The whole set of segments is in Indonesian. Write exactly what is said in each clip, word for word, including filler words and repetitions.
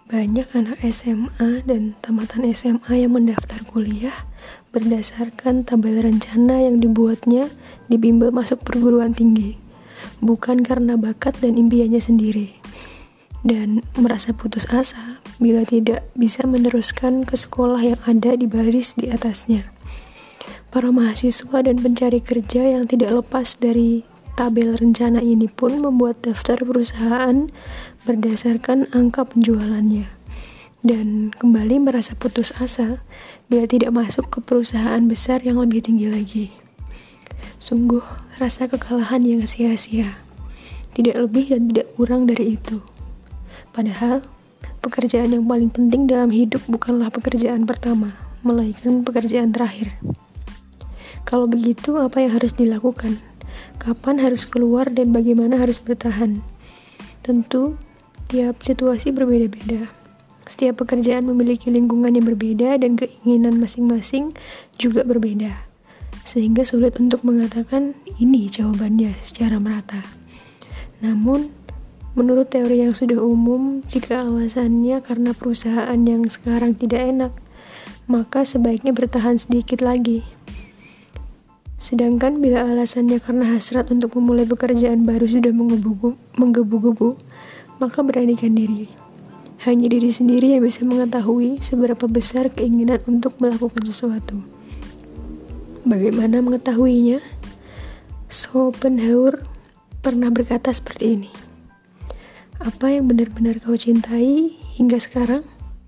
Banyak anak S M A dan tamatan S M A yang mendaftar kuliah berdasarkan tabel rencana yang dibuatnya di bimbel masuk perguruan tinggi, bukan karena bakat dan impiannya sendiri, dan merasa putus asa bila tidak bisa meneruskan ke sekolah yang ada di baris di atasnya. Para mahasiswa dan pencari kerja yang tidak lepas dari tabel rencana ini pun membuat daftar perusahaan berdasarkan angka penjualannya, dan kembali merasa putus asa bila tidak masuk ke perusahaan besar yang lebih tinggi lagi. Sungguh rasa kekalahan yang sia-sia, tidak lebih dan tidak kurang dari itu. Padahal pekerjaan yang paling penting dalam hidup bukanlah pekerjaan pertama, melainkan pekerjaan terakhir. Kalau begitu, apa yang harus dilakukan? Kapan harus keluar dan bagaimana harus bertahan? Tentu, tiap situasi berbeda-beda. Setiap pekerjaan memiliki lingkungan yang berbeda dan keinginan masing-masing juga berbeda. Sehingga sulit untuk mengatakan ini jawabannya secara merata. Namun, menurut teori yang sudah umum, jika alasannya karena perusahaan yang sekarang tidak enak, maka sebaiknya bertahan sedikit lagi. Sedangkan bila alasannya karena hasrat untuk memulai pekerjaan baru sudah menggebu-gebu, maka beranikan diri. Hanya diri sendiri yang bisa mengetahui seberapa besar keinginan untuk melakukan sesuatu. Bagaimana mengetahuinya? Schopenhauer pernah berkata seperti ini. Apa yang benar-benar kau cintai hingga sekarang?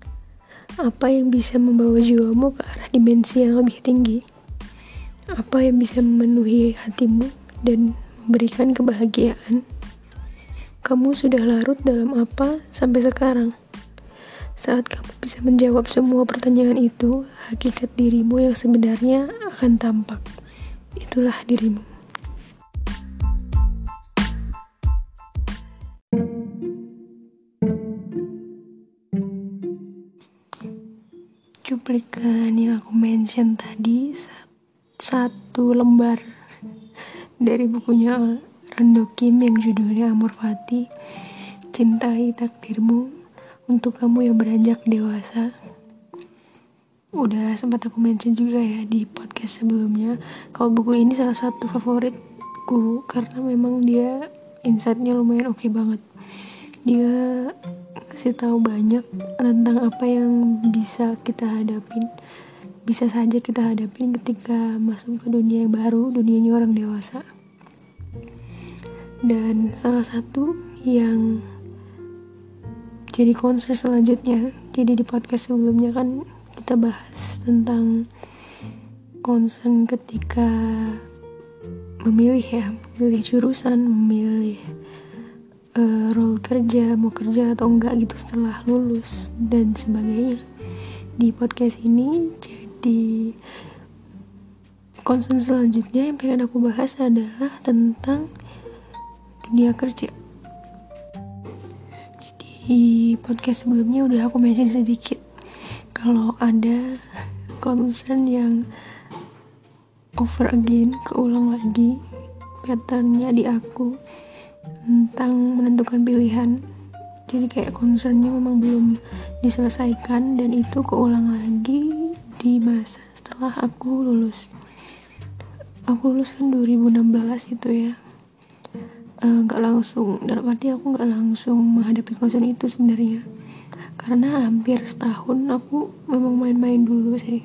Apa yang bisa membawa jiwamu ke arah dimensi yang lebih tinggi? Apa yang bisa memenuhi hatimu dan memberikan kebahagiaan? Kamu sudah larut dalam apa sampai sekarang? Saat kamu bisa menjawab semua pertanyaan itu, hakikat dirimu yang sebenarnya akan tampak. Itulah dirimu. Cuplikan yang aku mention tadi satu lembar dari bukunya Rando Kim yang judulnya Amor Fati, Cintai Takdirmu untuk kamu yang beranjak dewasa. Udah sempat aku mention juga ya di podcast sebelumnya kalau buku ini salah satu favoritku karena memang dia insight-nya lumayan oke banget. Dia kasih tahu banyak tentang apa yang bisa kita hadapin bisa saja kita hadapi ketika masuk ke dunia yang baru, dunianya orang dewasa. Dan salah satu yang jadi concern selanjutnya, jadi di podcast sebelumnya kan kita bahas tentang concern ketika memilih ya, memilih jurusan, memilih uh, role kerja, mau kerja atau enggak gitu setelah lulus dan sebagainya. Di podcast ini di concern selanjutnya yang pengen aku bahas adalah tentang dunia kerja. Di podcast sebelumnya udah aku mention sedikit kalau ada concern yang over again, keulang lagi patternnya di aku tentang menentukan pilihan. Jadi kayak concernnya memang belum diselesaikan dan itu keulang lagi di masa setelah aku lulus. Aku lulus kan dua ribu enam belas itu ya. Uh, gak langsung, dalam arti aku gak langsung menghadapi concern itu sebenarnya. Karena hampir setahun aku memang main-main dulu sih.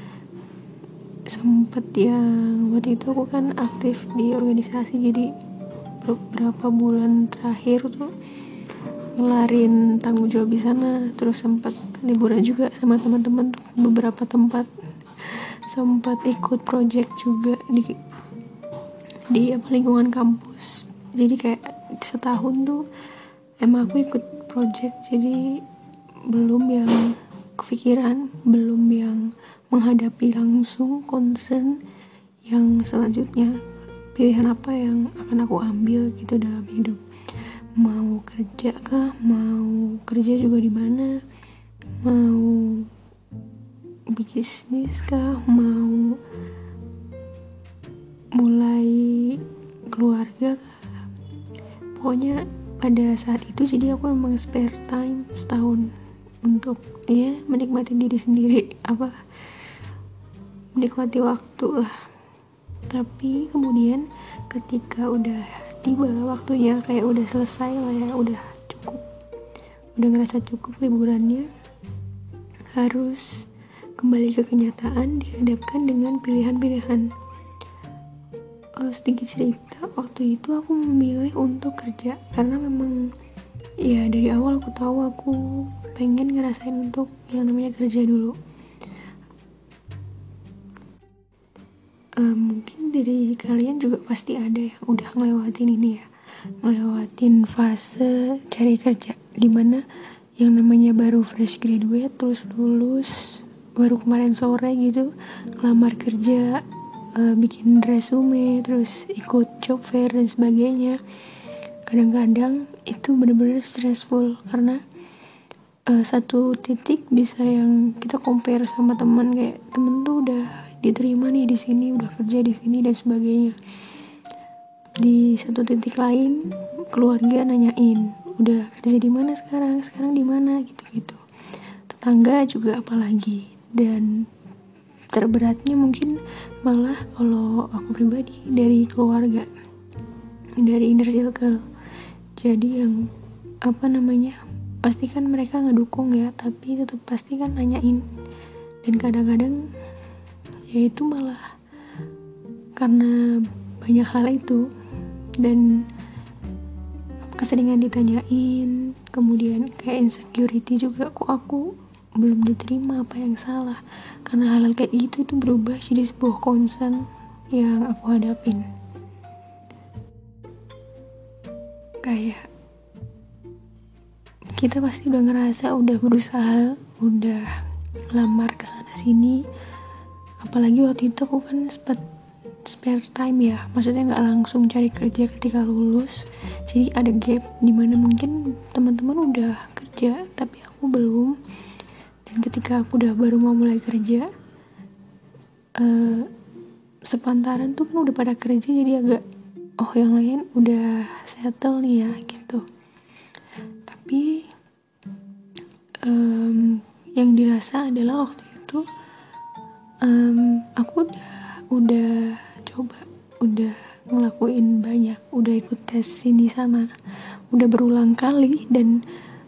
Sempet yang waktu itu aku kan aktif di organisasi, jadi beberapa bulan terakhir tuh ngelarin tanggung jawab di sana, terus sempat liburan juga sama teman-teman beberapa tempat, sempat ikut project juga di di apa, lingkungan kampus. Jadi kayak setahun tuh emang aku ikut project, jadi belum yang kepikiran, belum yang menghadapi langsung concern yang selanjutnya, pilihan apa yang akan aku ambil gitu dalam hidup. Mau kerja kah, mau kerja juga di mana, mau bisnis kah, mau mulai keluarga kah. Pokoknya pada saat itu jadi aku emang spare time setahun untuk ya menikmati diri sendiri, apa menikmati waktu lah. Tapi kemudian ketika udah tiba waktunya, kayak udah selesai lah ya, udah cukup, udah ngerasa cukup liburannya, harus kembali ke kenyataan, dihadapkan dengan pilihan-pilihan. Uh, sedikit cerita, waktu itu aku memilih untuk kerja karena memang ya dari awal aku tahu aku pengen ngerasain untuk yang namanya kerja dulu. Uh, mungkin dari kalian juga pasti ada yang udah ngelewatin ini ya, ngelewatin fase cari kerja, dimana yang namanya baru fresh graduate, terus lulus baru kemarin sore gitu, ngelamar kerja, uh, bikin resume, terus ikut job fair dan sebagainya. Kadang-kadang itu benar-benar stressful karena uh, satu titik bisa yang kita compare sama teman, kayak temen tuh udah diterima nih di sini, udah kerja di sini dan sebagainya. Di satu titik lain keluarga nanyain, udah kerja di mana sekarang, sekarang di mana gitu-gitu. Tetangga juga apalagi. Dan terberatnya mungkin malah kalau aku pribadi dari keluarga, dari inner circle. Jadi yang apa namanya, pasti kan mereka ngedukung ya, tapi tetap pasti kan nanyain. Dan kadang-kadang ya itu malah karena banyak hal itu dan keseringan ditanyain, kemudian kayak insecurity juga, kok aku belum diterima, apa yang salah. Karena hal-hal kayak gitu itu berubah jadi sebuah concern yang aku hadapin. Kayak kita pasti udah ngerasa, udah berusaha, udah lamar kesana sini. Apalagi waktu itu aku kan sempat spare time ya, maksudnya nggak langsung cari kerja ketika lulus, jadi ada gap dimana mungkin teman-teman udah kerja tapi aku belum. Dan ketika aku udah baru mau mulai kerja, uh, sepantaran tuh kan udah pada kerja, jadi agak oh yang lain udah settle nih ya gitu. Tapi um, yang dirasa adalah waktu itu um, aku udah udah coba, udah ngelakuin banyak, udah ikut tes sini sana, udah berulang kali. Dan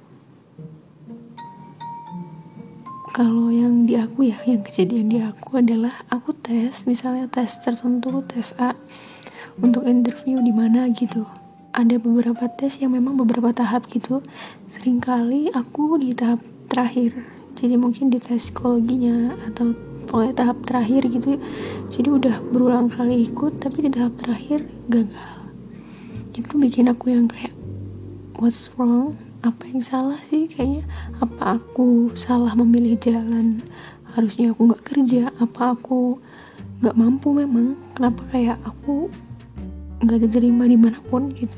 kalau yang di aku ya, yang kejadian di aku adalah aku tes, misalnya tes tertentu, tes A untuk interview di mana gitu. Ada beberapa tes yang memang beberapa tahap gitu. Seringkali aku di tahap terakhir. Jadi mungkin di tes psikologinya atau pokoknya tahap terakhir gitu. Jadi udah berulang kali ikut tapi di tahap terakhir gagal. Itu bikin aku yang kayak what's wrong? Apa yang salah sih kayaknya? Apa aku salah memilih jalan? Harusnya aku gak kerja? Apa aku gak mampu memang? Kenapa kayak aku gak diterima dimanapun gitu?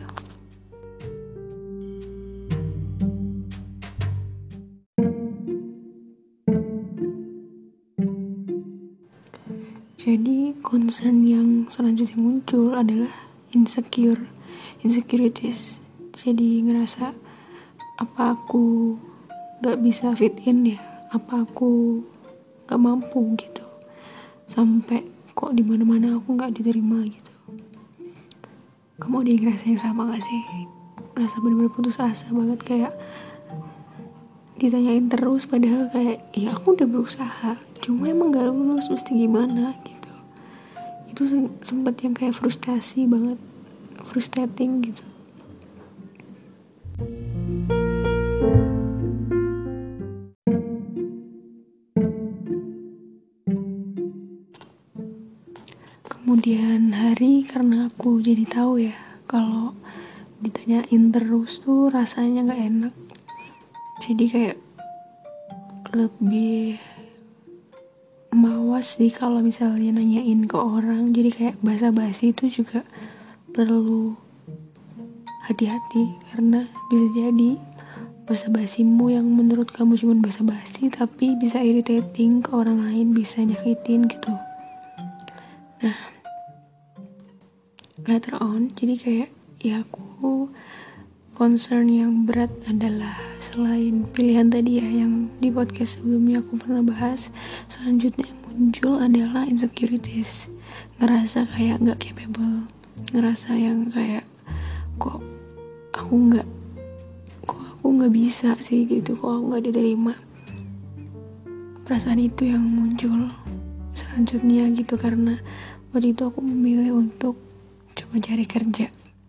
Jadi concern yang selanjutnya muncul adalah insecure, insecurities. Jadi ngerasa apa aku gak bisa fit in ya, apa aku gak mampu gitu, sampai kok dimana-mana aku gak diterima gitu. Kamu ada yang ngerasa yang sama gak sih? Rasa bener-bener putus asa banget, kayak ditanyain terus padahal kayak ya aku udah berusaha, cuma emang gak lulus, mesti gimana gitu. Itu sempet yang kayak frustasi banget, frustrating gitu. Kemudian hari, karena aku jadi tahu ya kalau ditanyain terus tuh rasanya nggak enak, jadi kayak lebih mawas sih kalau misalnya nanyain ke orang. Jadi kayak basa-basi itu juga perlu hati-hati, karena bisa jadi basa-basimu yang menurut kamu cuma basa-basi tapi bisa irritating ke orang lain, bisa nyakitin gitu. Nah later on jadi kayak ya aku concern yang berat adalah selain pilihan tadi ya yang di podcast sebelumnya aku pernah bahas, selanjutnya yang muncul adalah insecurities, ngerasa kayak gak capable, ngerasa yang kayak kok aku gak kok aku gak bisa sih gitu, kok aku gak diterima. Perasaan itu yang muncul selanjutnya gitu, karena waktu itu aku memilih untuk coba cari kerja.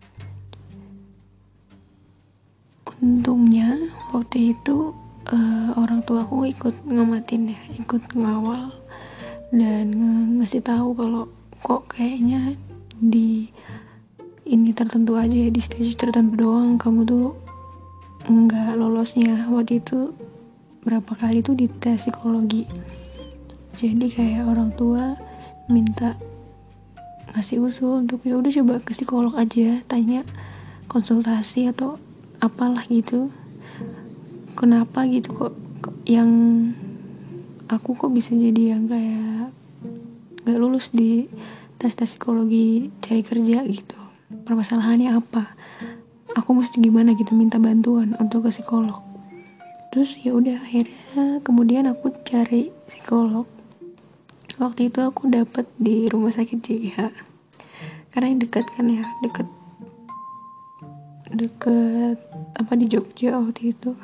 Untungnya waktu itu uh, orang tua aku ikut ngamatin ya, ikut ngawal dan nge- ngasih tahu kalau kok kayaknya di ini tertentu aja, di stage tertentu doang kamu tuh nggak lolosnya. Waktu itu berapa kali tuh di tes psikologi, jadi kayak orang tua minta ngasih usul untuk ya udah coba ke psikolog aja, tanya konsultasi atau apalah gitu, kenapa gitu kok, kok yang aku kok bisa jadi yang kayak gak lulus di tes-tes psikologi cari kerja gitu, permasalahannya apa, aku mesti gimana gitu, minta bantuan untuk ke psikolog. Terus ya udah akhirnya kemudian aku cari psikolog. Waktu itu aku dapet di rumah sakit J I H karena yang dekat kan ya, deket deket apa di Jogja waktu itu.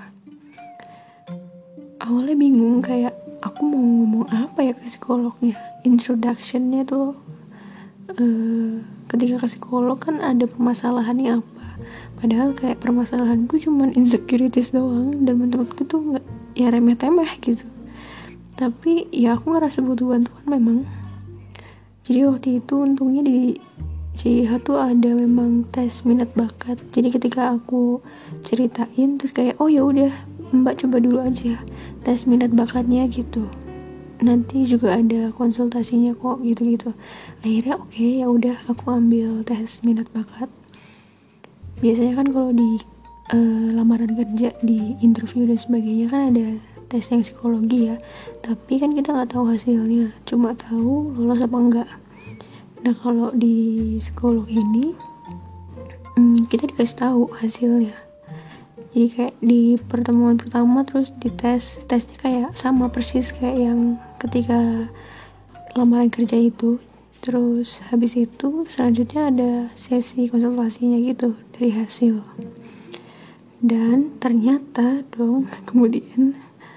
Awalnya bingung kayak aku mau ngomong apa ya ke psikolognya. Introductionnya tuh uh, ketika ke psikolog kan ada permasalahannya apa, padahal kayak permasalahanku cuman insecurities doang dan menurutku tuh nggak ya remeh-temeh gitu, tapi ya aku ngerasa butuh bantuan memang. Jadi waktu itu untungnya di J I H tuh ada memang tes minat bakat. Jadi ketika aku ceritain terus kayak oh ya udah Mbak coba dulu aja tes minat bakatnya gitu. Nanti juga ada konsultasinya kok gitu-gitu. Akhirnya oke okay, ya udah aku ambil tes minat bakat. Biasanya kan kalau di uh, lamaran kerja, di interview dan sebagainya kan ada tes yang psikologi ya. Tapi kan kita nggak tahu hasilnya, cuma tahu lolos apa enggak. Nah kalau di psikolog ini hmm, kita dikasih tahu hasilnya. Jadi kayak di pertemuan pertama terus di tes tesnya kayak sama persis kayak yang ketika lamaran kerja itu. Terus habis itu selanjutnya ada sesi konsultasinya gitu dari hasil. Dan ternyata dong kemudian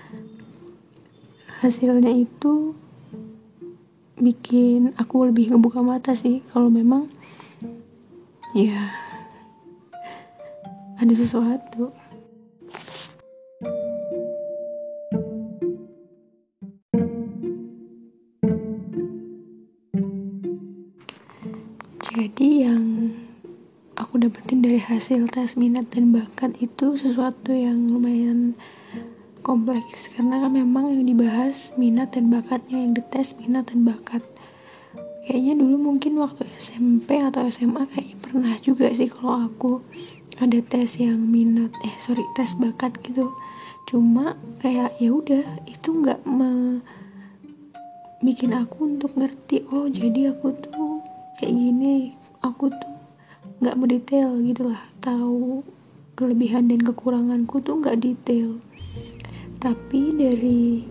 hasilnya itu bikin aku lebih ngebuka mata sih kalau memang ya ada sesuatu. Jadi yang aku dapetin dari hasil tes minat dan bakat itu sesuatu yang lumayan kompleks, karena kan memang yang dibahas minat dan bakatnya, yang dites minat dan bakat. Kayaknya dulu mungkin waktu S M P atau S M A kayak pernah juga sih kalau aku ada tes yang minat eh sorry tes bakat gitu. Cuma kayak ya udah itu nggak me- bikin aku untuk ngerti oh jadi aku tuh kayak gini, aku tuh nggak mendetail gitulah, tahu kelebihan dan kekuranganku tuh nggak detail. Tapi dari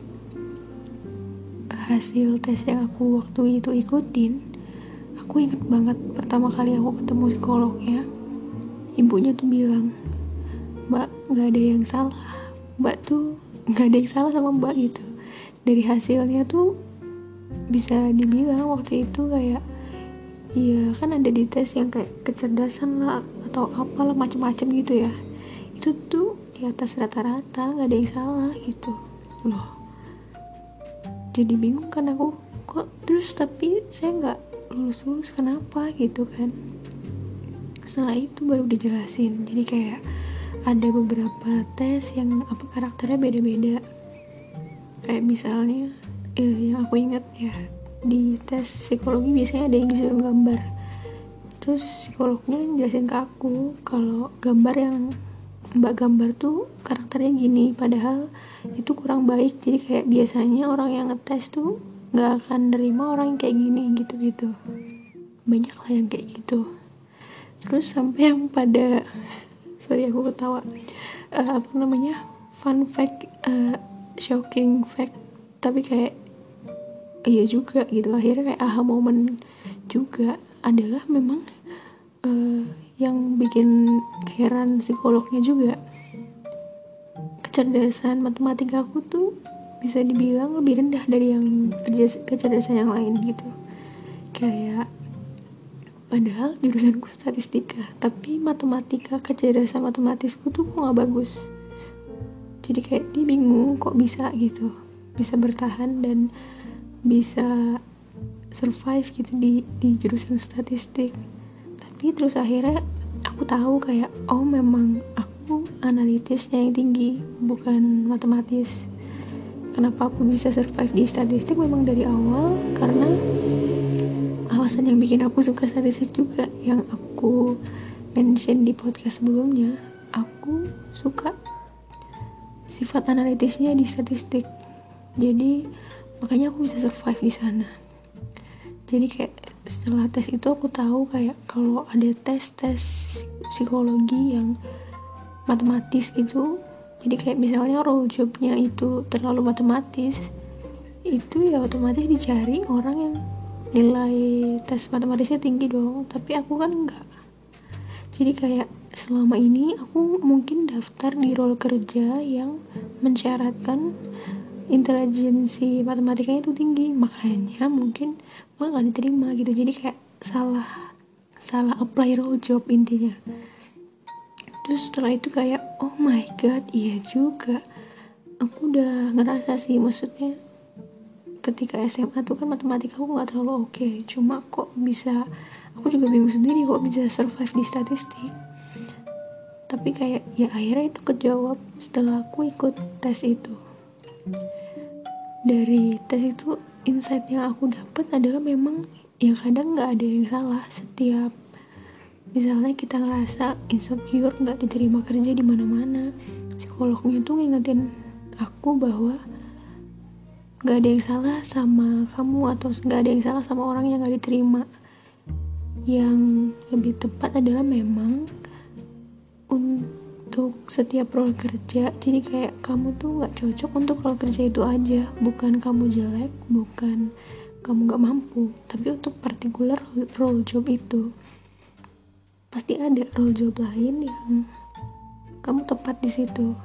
hasil tes yang aku waktu itu ikutin, aku inget banget pertama kali aku ketemu psikolognya, ibunya tuh bilang, Mbak gak ada yang salah, Mbak tuh gak ada yang salah sama Mbak gitu. Dari hasilnya tuh bisa dibilang waktu itu kayak iya kan ada di tes yang kayak kecerdasan lah atau apalah macam-macam gitu ya, itu tuh di atas rata-rata, gak ada yang salah gitu loh. Jadi bingung kan aku, kok terus tapi saya gak lulus-lulus kenapa gitu kan. Setelah itu baru dijelasin, jadi kayak ada beberapa tes yang apa karakternya beda-beda. Kayak misalnya eh, yang aku ingat ya, di tes psikologi biasanya ada yang disuruh gambar, terus psikolognya jelasin ke aku kalau gambar yang mbak gambar tuh karakternya gini, padahal itu kurang baik. Jadi kayak biasanya orang yang ngetes tuh gak akan nerima orang yang kayak gini gitu-gitu, banyak lah yang kayak gitu. Terus sampai yang pada sorry aku ketawa. Uh, apa namanya, fun fact, uh, shocking fact, tapi kayak iya juga gitu. Akhirnya kayak aha moment juga adalah memang uh, yang bikin heran psikolognya juga, kecerdasan matematika aku tuh bisa dibilang lebih rendah dari yang kecerdasan yang lain gitu. Kayak padahal jurusanku statistika, tapi matematika, kecerdasan matematisku tuh kok gak bagus. Jadi kayak dia bingung kok bisa gitu, bisa bertahan dan bisa survive gitu di di jurusan statistik. Tapi terus akhirnya aku tahu kayak oh memang aku analitisnya yang tinggi, bukan matematis. Kenapa aku bisa survive di statistik memang dari awal karena alasan yang bikin aku suka statistik juga yang aku mention di podcast sebelumnya. Aku suka sifat analitisnya di statistik, jadi makanya aku bisa survive di sana. Jadi kayak setelah tes itu aku tahu kayak kalau ada tes-tes psikologi yang matematis gitu, jadi kayak misalnya role jobnya itu terlalu matematis, itu ya otomatis dicari orang yang nilai tes matematisnya tinggi dong. Tapi aku kan enggak. Jadi kayak selama ini aku mungkin daftar di role kerja yang mensyaratkan intelijensi matematikanya itu tinggi, makanya mungkin gue gak diterima gitu. Jadi kayak salah salah apply role job intinya. Terus setelah itu kayak oh my god, iya juga, aku udah ngerasa sih, maksudnya ketika S M A tuh kan matematika aku gak terlalu oke, okay. Cuma kok bisa, aku juga bingung sendiri kok bisa survive di statistik. Tapi kayak ya akhirnya itu kejawab setelah aku ikut tes itu. Dari tes itu insight yang aku dapat adalah memang ya kadang gak ada yang salah. Setiap misalnya kita ngerasa insecure, gak diterima kerja di mana-mana, psikolognya tuh ngingetin aku bahwa gak ada yang salah sama kamu atau gak ada yang salah sama orang yang gak diterima. Yang lebih tepat adalah memang untuk setiap role kerja, jadi kayak kamu tuh gak cocok untuk role kerja itu aja, bukan kamu jelek, bukan kamu gak mampu, tapi untuk particular role job itu pasti ada role job lain yang kamu tepat di situ.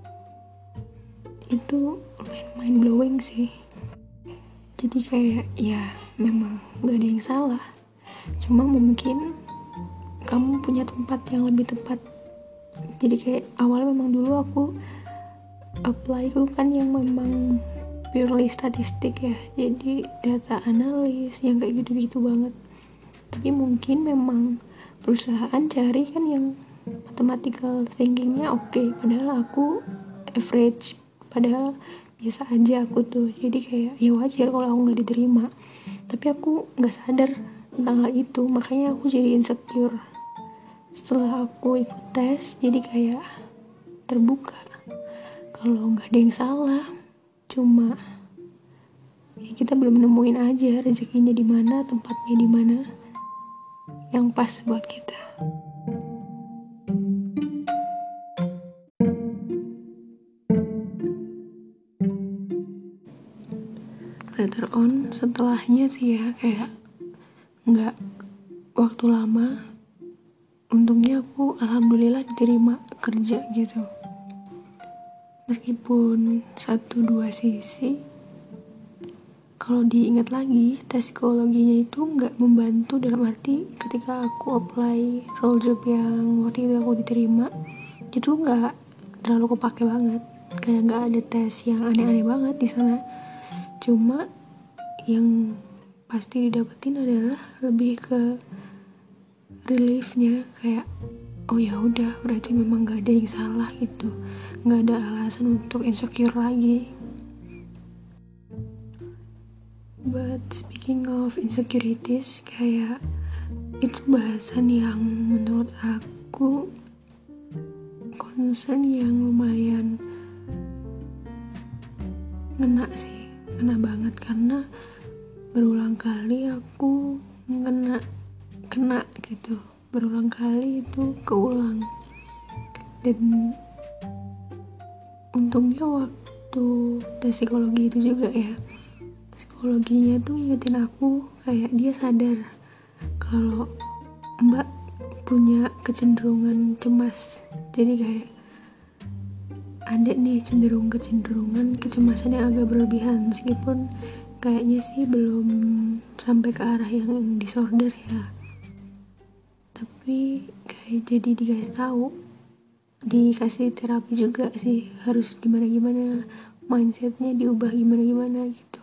Itu lumayan mind blowing sih. Jadi kayak ya memang gak ada yang salah, cuma mungkin kamu punya tempat yang lebih tepat. Jadi kayak awalnya memang dulu aku apply ku kan yang memang purely statistik ya, jadi data analis yang kayak gitu-gitu banget. Tapi mungkin memang perusahaan cari kan yang mathematical thinkingnya oke, okay. Padahal aku average, padahal biasa aja aku tuh. Jadi kayak ya wajar kalau aku gak diterima, tapi aku gak sadar tentang hal itu, makanya aku jadi insecure. Setelah aku ikut tes, jadi kayak terbuka kalau gak ada yang salah, cuma ya kita belum nemuin aja rezekinya di mana, tempatnya di mana yang pas buat kita. Later on setelahnya sih ya kayak nggak waktu lama, untungnya aku alhamdulillah diterima kerja gitu. Meskipun satu dua sisi kalau diingat lagi, tes psikologinya itu nggak membantu, dalam arti ketika aku apply role job yang waktu itu aku diterima, itu nggak terlalu kepake banget, kayak nggak ada tes yang aneh-aneh banget di sana. Cuma yang pasti didapetin adalah lebih ke reliefnya, kayak oh ya udah berarti memang nggak ada yang salah gitu, nggak ada alasan untuk insecure lagi. But speaking of insecurities, kayak itu bahasan yang menurut aku concern yang lumayan ngena sih, ngena banget, karena berulang kali aku ngena, kena gitu, berulang kali itu keulang. Dan untungnya waktu tes psikologi itu juga ya, psikologinya tuh ngingetin aku kayak dia sadar kalau mbak punya kecenderungan cemas. Jadi kayak ada nih cenderung kecenderungan kecemasan yang agak berlebihan, meskipun kayaknya sih belum sampai ke arah yang disorder ya, tapi kayak jadi dikasih tahu, dikasih terapi juga sih, harus gimana gimana, mindsetnya diubah gimana gimana gitu.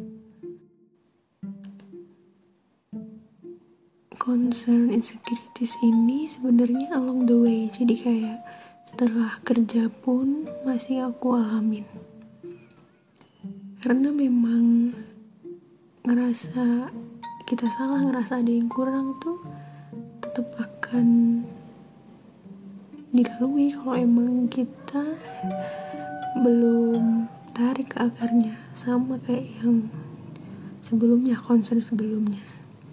Concern insecurities ini sebenarnya along the way, jadi kayak setelah kerja pun masih aku alamin, karena memang ngerasa kita salah, ngerasa ada yang kurang tuh tetap akan dilalui kalau emang kita belum tarik ke akarnya, sama kayak yang sebelumnya, concern sebelumnya.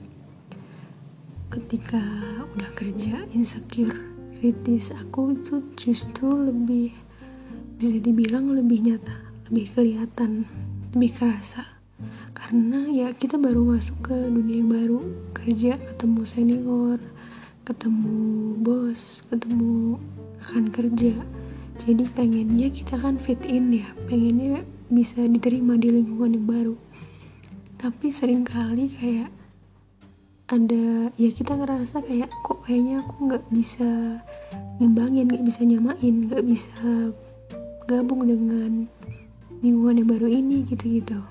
Ketika udah kerja, insecurities aku itu justru lebih, bisa dibilang lebih nyata, lebih kelihatan, lebih kerasa. Karena ya kita baru masuk ke dunia yang baru, kerja, ketemu senior, ketemu bos, ketemu rekan kerja. Jadi pengennya kita kan fit in ya, pengennya bisa diterima di lingkungan yang baru. Tapi seringkali kayak ada, ya kita ngerasa kayak kok kayaknya aku gak bisa ngimbangin, gak bisa nyamain, gak bisa gabung dengan lingkungan yang baru ini gitu-gitu.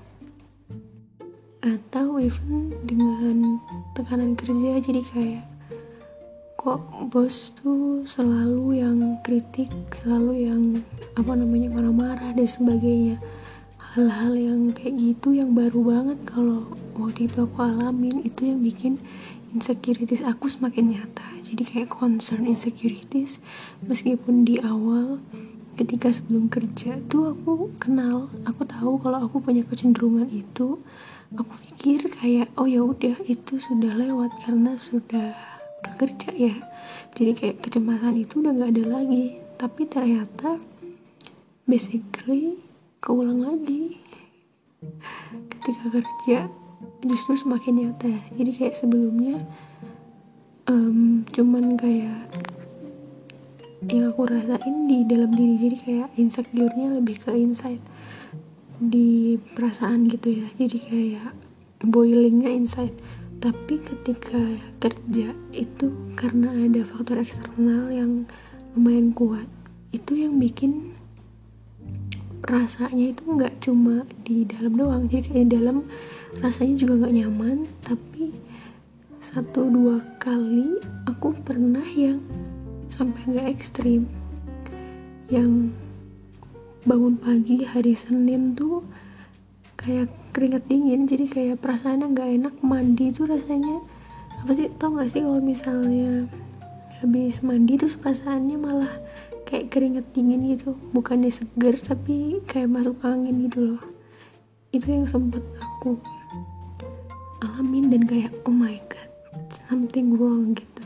Atau even dengan tekanan kerja, jadi kayak kok bos tuh selalu yang kritik, selalu yang apa namanya marah-marah dan sebagainya. Hal-hal yang kayak gitu yang baru banget kalau waktu itu aku alamin, itu yang bikin insecurities aku semakin nyata. Jadi kayak concern insecurities, meskipun di awal ketika sebelum kerja tuh aku kenal, aku tahu kalau aku punya kecenderungan itu, aku pikir kayak oh ya udah itu sudah lewat karena sudah udah kerja ya, jadi kayak kecemasan itu udah gak ada lagi. Tapi ternyata basically keulang lagi ketika kerja, justru semakin nyata. Jadi kayak sebelumnya um, cuman kayak yang aku rasain di dalam diri, jadi kayak insecure-nya lebih ke inside, di perasaan gitu ya, jadi kayak boilingnya inside. Tapi ketika kerja itu karena ada faktor eksternal yang lumayan kuat, itu yang bikin rasanya itu nggak cuma di dalam doang, jadi kayak di dalam rasanya juga nggak nyaman. Tapi satu dua kali aku pernah yang sampai nggak ekstrim, yang bangun pagi hari Senin tuh kayak keringat dingin, jadi kayak perasaannya nggak enak. Mandi tuh rasanya apa sih, tau nggak sih kalau misalnya habis mandi tuh perasaannya malah kayak keringat dingin gitu, bukannya seger tapi kayak masuk angin gitu loh. Itu yang sempat aku alamin dan kayak oh my god, something wrong gitu.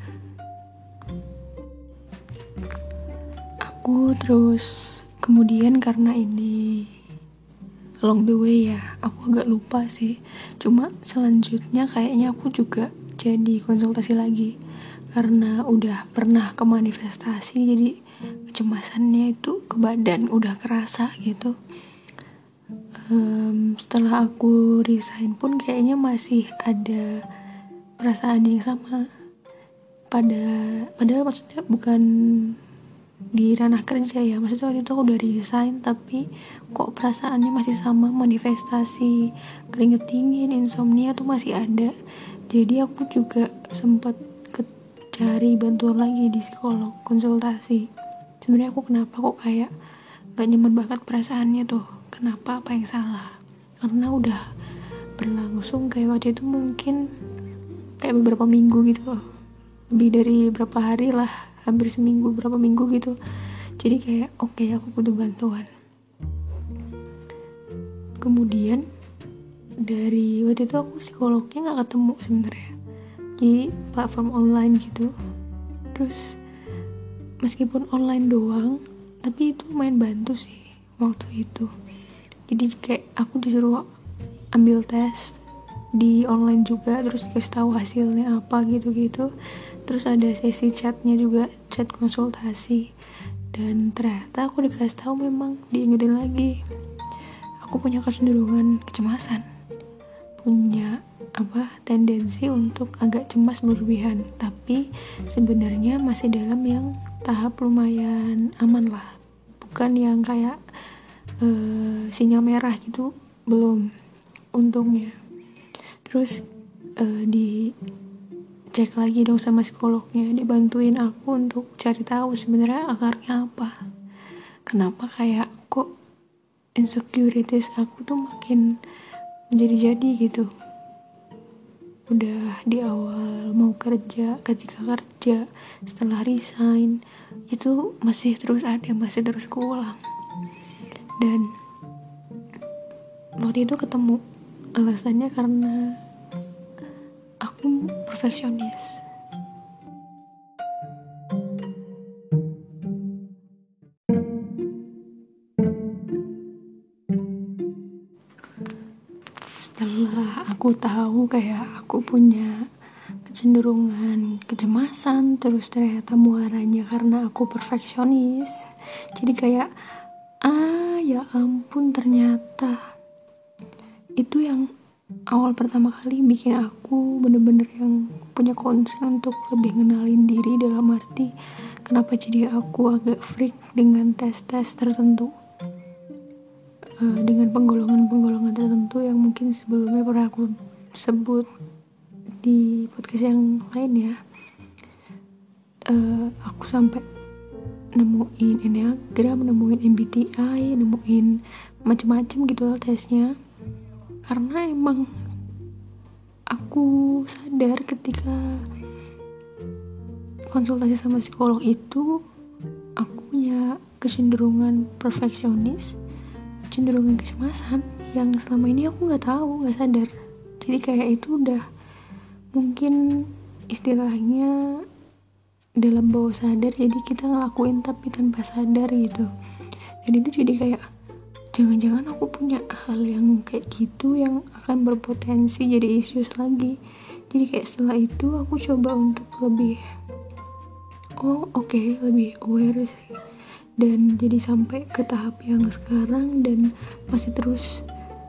Aku terus kemudian karena ini along the way ya, aku agak lupa sih, cuma selanjutnya kayaknya aku juga jadi konsultasi lagi karena udah pernah ke manifestasi, jadi kecemasannya itu ke badan udah kerasa gitu. Um, setelah aku resign pun kayaknya masih ada perasaan yang sama. Pada padahal maksudnya bukan di ranah kerja ya, maksudnya waktu itu aku udah resign tapi kok perasaannya masih sama, manifestasi, keringet dingin, insomnia tuh masih ada. Jadi aku juga sempat cari bantuan lagi di psikolog, konsultasi. Sebenarnya aku kenapa kok kayak gak nyaman banget perasaannya tuh, kenapa, apa yang salah? Karena udah berlangsung kayak waktu itu mungkin kayak beberapa minggu gitu loh, lebih dari berapa hari lah, hampir seminggu, berapa minggu gitu. Jadi kayak oke okay, aku butuh bantuan. Kemudian dari waktu itu aku psikolognya nggak ketemu sebenarnya, di platform online gitu. Terus meskipun online doang, tapi itu lumayan bantu sih waktu itu. Jadi kayak aku disuruh ambil tes di online juga, terus dikasih tahu hasilnya apa gitu-gitu. Terus ada sesi chatnya juga, chat konsultasi, dan ternyata aku dikasih tahu, memang diingetin lagi, aku punya kecenderungan kecemasan, punya apa tendensi untuk agak cemas berlebihan, tapi sebenarnya masih dalam yang tahap lumayan aman lah, bukan yang kayak uh, sinyal merah gitu, belum, untungnya. Terus uh, di cek lagi dong sama psikolognya, dia bantuin aku untuk cari tahu sebenarnya akarnya apa, kenapa kayak kok insecurities aku tuh makin menjadi-jadi gitu. Udah di awal mau kerja, ketika kerja, setelah resign, itu masih terus ada, masih terus keulang. Dan waktu itu ketemu alasannya karena aku perfeksionis. Setelah aku tahu kayak aku punya kecenderungan kecemasan, terus ternyata muaranya karena aku perfeksionis, jadi kayak ah ya ampun, ternyata itu yang awal pertama kali bikin aku bener-bener yang punya concern untuk lebih ngenalin diri, dalam arti kenapa jadi aku agak freak dengan tes-tes tertentu, uh, dengan penggolongan-penggolongan tertentu yang mungkin sebelumnya pernah aku sebut di podcast yang lain ya. Uh, aku sampai nemuin Enneagram, nemuin M B T I, nemuin macem-macem gitu lah tesnya, karena emang aku sadar ketika konsultasi sama psikolog itu aku punya kecenderungan perfeksionis, cenderungan kecemasan yang selama ini aku nggak tahu, nggak sadar. Jadi kayak itu udah mungkin istilahnya dalam bawah sadar, jadi kita ngelakuin tapi tanpa sadar gitu. Dan itu jadi kayak jangan-jangan aku punya hal yang kayak gitu yang akan berpotensi jadi issues lagi. Jadi kayak setelah itu aku coba untuk lebih oh oke okay, lebih aware sih, dan jadi sampai ke tahap yang sekarang, dan masih terus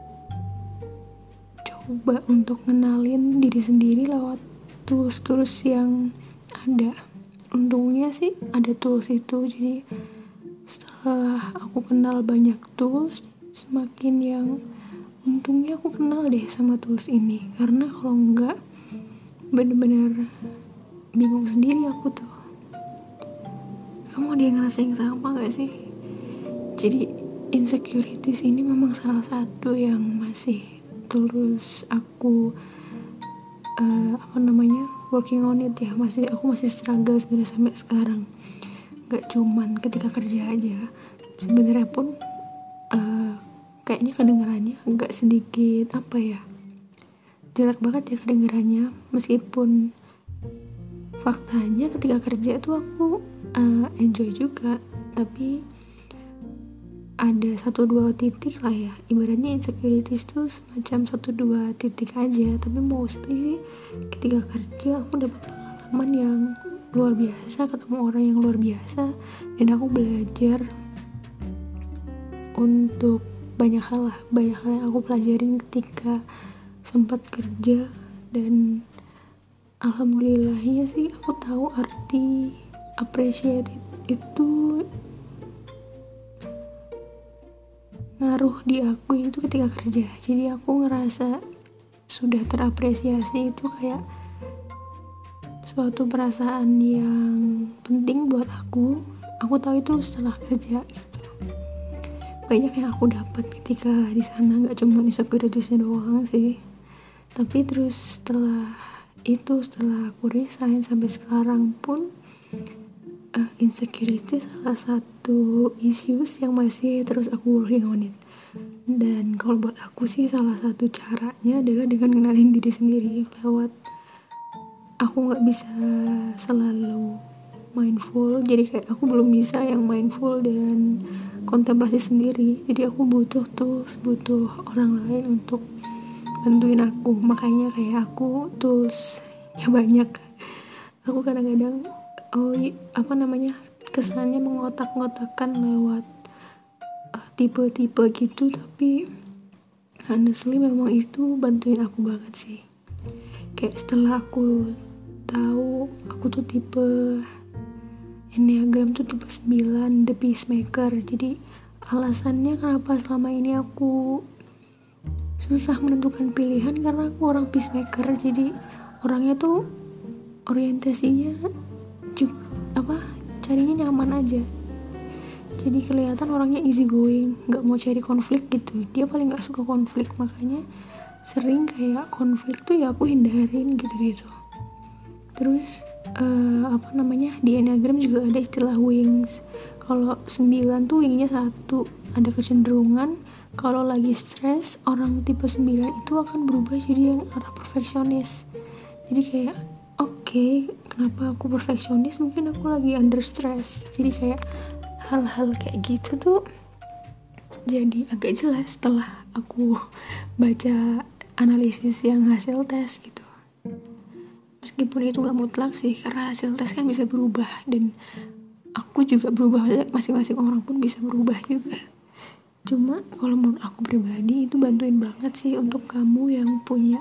coba untuk ngenalin diri sendiri lewat tools-tools yang ada. Untungnya sih ada tools itu, jadi setelah aku kenal banyak tools, semakin yang untungnya aku kenal deh sama tools ini, karena kalau enggak bener-bener bingung sendiri aku tuh. Kamu ada yang ngerasain sama gak sih? Jadi insecurities ini memang salah satu yang masih terus aku uh, apa namanya working on it ya, masih aku masih struggle sebenarnya sampai sekarang. Gak cuman ketika kerja aja, sebenarnya pun uh, kayaknya kedengarannya agak sedikit apa ya, jelek banget ya kedengarannya, meskipun faktanya ketika kerja tuh aku uh, enjoy juga, tapi ada satu dua titik lah ya, ibaratnya insecurities tuh semacam satu dua titik aja, tapi mostly ketika kerja aku dapat pengalaman yang luar biasa, ketemu orang yang luar biasa, dan aku belajar untuk banyak hal lah, banyak hal yang aku pelajarin ketika sempat kerja. Dan alhamdulillahnya sih aku tahu arti appreciate itu ngaruh di aku itu ketika kerja. Jadi aku ngerasa sudah terapresiasi, itu kayak suatu perasaan yang penting buat aku. Aku tahu itu setelah kerja gitu. Banyak yang aku dapat ketika di sana, nggak cuma insecuritiesnya doang sih. Tapi terus setelah itu, setelah aku resign sampai sekarang pun uh, insecurity salah satu issues yang masih terus aku working on it. Dan kalau buat aku sih salah satu caranya adalah dengan kenalin diri sendiri lewat aku nggak bisa selalu mindful. Jadi kayak aku belum bisa yang mindful dan kontemplasi sendiri. Jadi aku butuh tools, butuh orang lain untuk bantuin aku. Makanya kayak aku toolsnya banyak. Aku kadang-kadang oh apa namanya kesannya mengotak-ngotakan lewat uh, tipe-tipe gitu, tapi honestly memang itu bantuin aku banget sih. Kayak setelah aku tahu aku tuh tipe Enneagram tuh tipe sembilan, the peacemaker. Jadi alasannya kenapa selama ini aku susah menentukan pilihan karena aku orang peacemaker. Jadi orangnya tuh orientasinya juga apa carinya nyaman aja. Jadi kelihatan orangnya easy going, nggak mau cari konflik gitu. Dia paling nggak suka konflik, makanya sering kayak konflik tuh ya aku hindarin gitu-gitu. Terus uh, apa namanya di Enneagram juga ada istilah wings. Kalau sembilan tuh wingnya satu, ada kecenderungan kalau lagi stres orang tipe sembilan itu akan berubah jadi yang arah perfeksionis. Jadi kayak oke, okay, kenapa aku perfeksionis? Mungkin aku lagi under stress. Jadi kayak hal-hal kayak gitu tuh jadi agak jelas setelah aku baca analisis yang hasil tes gitu. Meskipun itu gak mutlak sih, karena hasil tes kan bisa berubah dan aku juga berubah, masing-masing orang pun bisa berubah juga. Cuma kalau menurut aku pribadi itu bantuin banget sih untuk kamu yang punya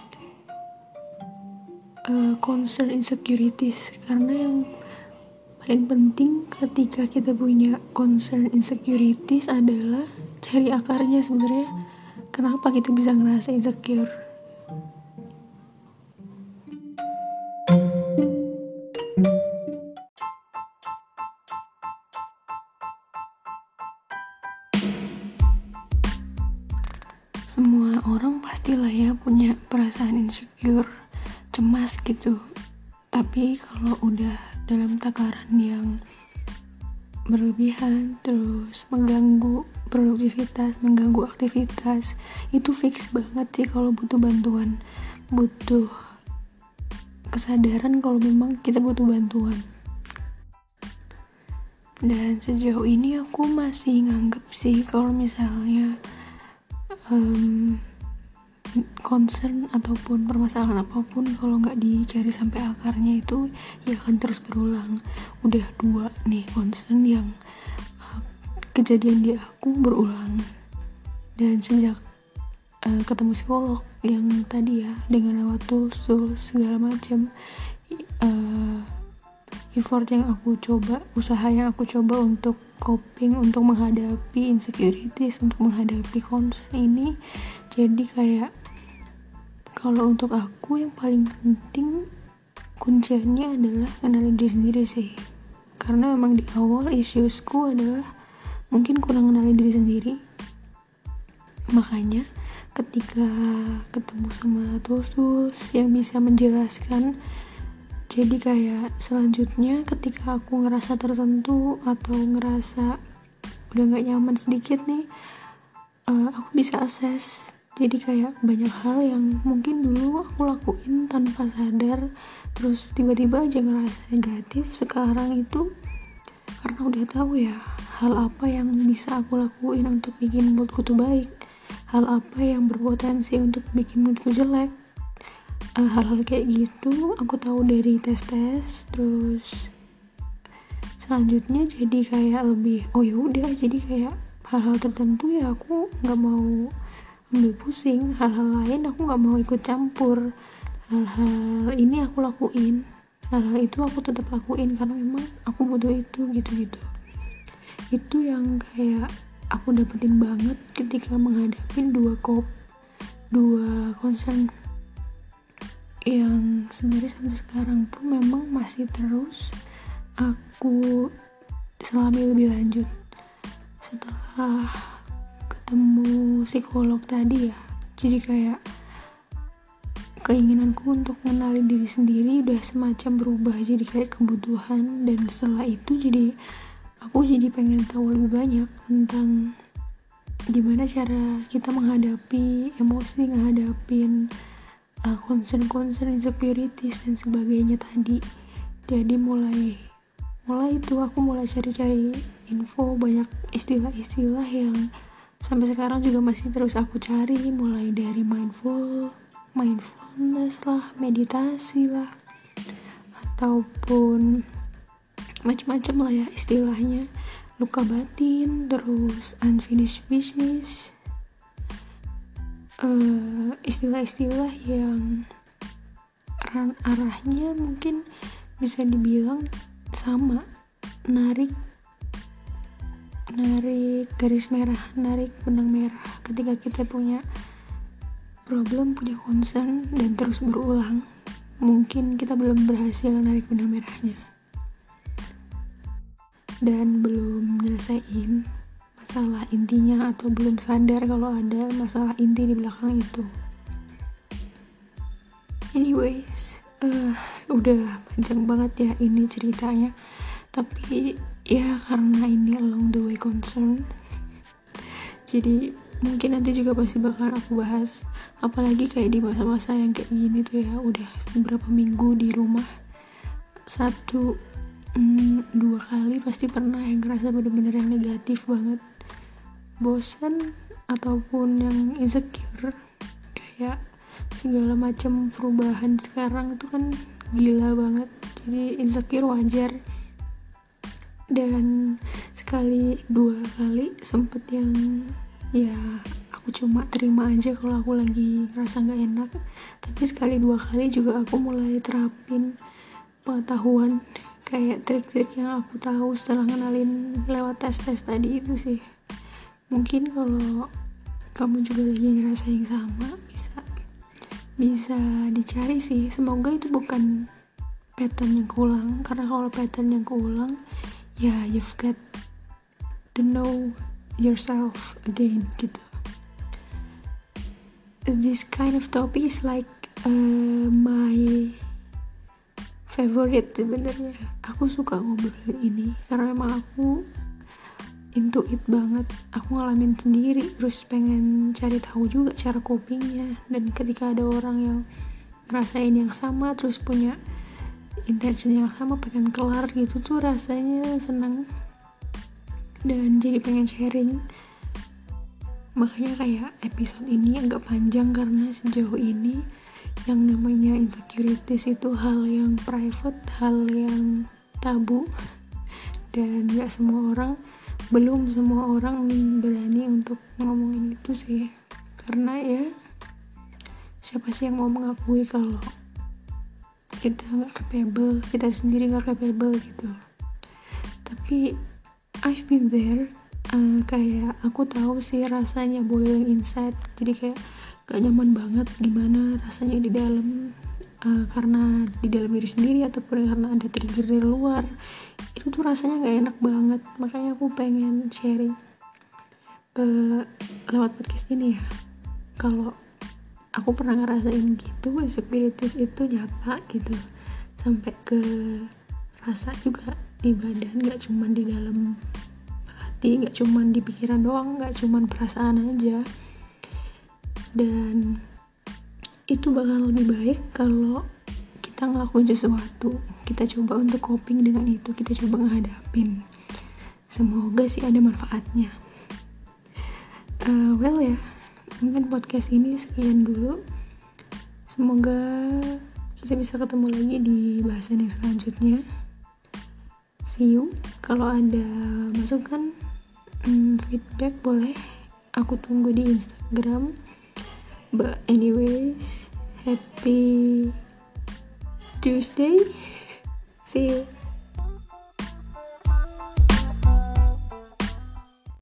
uh, concern insecurities. Karena yang paling penting ketika kita punya concern insecurities adalah cari akarnya sebenarnya kenapa kita bisa ngerasa insecure. Semua orang pastilah ya punya perasaan insecure, cemas gitu. Tapi kalau udah dalam takaran yang berlebihan, terus mengganggu produktivitas, mengganggu aktivitas, itu fix banget sih kalau butuh bantuan, butuh kesadaran kalau memang kita butuh bantuan. Dan sejauh ini aku masih nganggep sih kalau misalnya um, concern ataupun permasalahan apapun kalau nggak dicari sampai akarnya itu ya akan terus berulang. Udah dua nih concern yang uh, kejadian di aku berulang, dan sejak uh, ketemu psikolog yang tadi ya dengan lewat tools tools segala macam, uh, effort yang aku coba, usaha yang aku coba untuk coping, untuk menghadapi insecurities, untuk menghadapi concern ini, jadi kayak kalau untuk aku yang paling penting kuncinya adalah kenalin diri sendiri sih. Karena memang di awal issuesku adalah mungkin kurang kenalin diri sendiri. Makanya ketika ketemu sama tools yang bisa menjelaskan, jadi kayak selanjutnya ketika aku ngerasa tertentu atau ngerasa udah gak nyaman sedikit nih, uh, aku bisa assess. Jadi kayak banyak hal yang mungkin dulu aku lakuin tanpa sadar, terus tiba-tiba aja ngerasa negatif. Sekarang itu karena udah tahu ya hal apa yang bisa aku lakuin untuk bikin moodku tuh baik, hal apa yang berpotensi untuk bikin moodku jelek. uh, Hal-hal kayak gitu aku tahu dari tes-tes. Terus selanjutnya jadi kayak lebih oh ya udah, jadi kayak hal-hal tertentu ya aku nggak mau ambil pusing, hal-hal lain aku gak mau ikut campur, hal-hal ini aku lakuin, hal-hal itu aku tetap lakuin karena memang aku butuh itu, gitu-gitu. Itu yang kayak aku dapetin banget ketika menghadapin dua kop dua concern yang sebenarnya sampai sekarang pun memang masih terus aku selami lebih lanjut setelah ketemu psikolog tadi ya. Jadi kayak keinginanku untuk mengenalin diri sendiri udah semacam berubah jadi kayak kebutuhan, dan setelah itu jadi aku jadi pengen tahu lebih banyak tentang gimana cara kita menghadapi emosi, menghadapin uh, concern-concern insecurities dan sebagainya tadi. Jadi mulai mulai itu aku mulai cari-cari info, banyak istilah-istilah yang sampai sekarang juga masih terus aku cari, mulai dari mindful mindfulness lah, meditasi lah, ataupun macam-macam lah ya istilahnya, luka batin, terus unfinished business, uh, istilah-istilah yang arahnya mungkin bisa dibilang sama, narik narik garis merah, narik benang merah ketika kita punya problem, punya concern dan terus berulang, mungkin kita belum berhasil narik benang merahnya dan belum nyelesain masalah intinya, atau belum sadar kalau ada masalah inti di belakang itu. Anyways, uh, udah panjang banget ya ini ceritanya, tapi ya karena ini along the way concern, jadi mungkin nanti juga pasti bakal aku bahas, apalagi kayak di masa-masa yang kayak gini tuh ya, udah beberapa minggu di rumah, satu mm, dua kali pasti pernah yang ngerasa bener-bener yang negatif banget, bosan ataupun yang insecure, kayak segala macam perubahan sekarang itu kan gila banget, jadi insecure wajar. Dan sekali dua kali sempet yang ya aku cuma terima aja kalau aku lagi ngerasa gak enak, tapi sekali dua kali juga aku mulai terapin pengetahuan, kayak trik-trik yang aku tahu setelah ngenalin lewat tes-tes tadi itu sih. Mungkin kalau kamu juga lagi ngerasa yang sama, bisa bisa dicari sih, semoga itu bukan pattern yang keulang, karena kalau pattern yang keulang ya yeah, you've got to know yourself again gitu. This kind of topic is like uh, my favorite sebenarnya. Aku suka ngobrol ini karena emang aku into it banget, aku ngalamin sendiri, terus pengen cari tahu juga cara copingnya, dan ketika ada orang yang ngerasain yang sama terus punya intention yang sama, pengen kelar gitu tuh rasanya senang dan jadi pengen sharing. Makanya kayak episode ini agak panjang karena sejauh ini yang namanya insecurities itu hal yang private, hal yang tabu, dan gak semua orang belum semua orang berani untuk ngomongin itu sih, karena ya siapa sih yang mau mengakui kalau kita gak capable, kita sendiri gak capable gitu. Tapi I've been there, uh, kayak aku tahu sih rasanya boiling inside, jadi kayak gak nyaman banget gimana rasanya di dalam, uh, karena di dalam diri sendiri ataupun karena ada trigger dari luar, itu tuh rasanya gak enak banget. Makanya aku pengen sharing uh, lewat podcast ini ya, kalau aku pernah ngerasain gitu, insecurities itu nyata gitu, sampai ke rasa juga di badan, gak cuman di dalam hati, gak cuman di pikiran doang, gak cuman perasaan aja. Dan itu bakal lebih baik kalau kita ngelakuin sesuatu, kita coba untuk coping dengan itu, kita coba ngehadapin. Semoga sih ada manfaatnya. uh, well ya mungkin podcast ini sekian dulu, semoga kita bisa ketemu lagi di bahasan yang selanjutnya. See you. Kalau ada masukan, hmm, feedback boleh, aku tunggu di Instagram. But anyways, happy Tuesday. See you.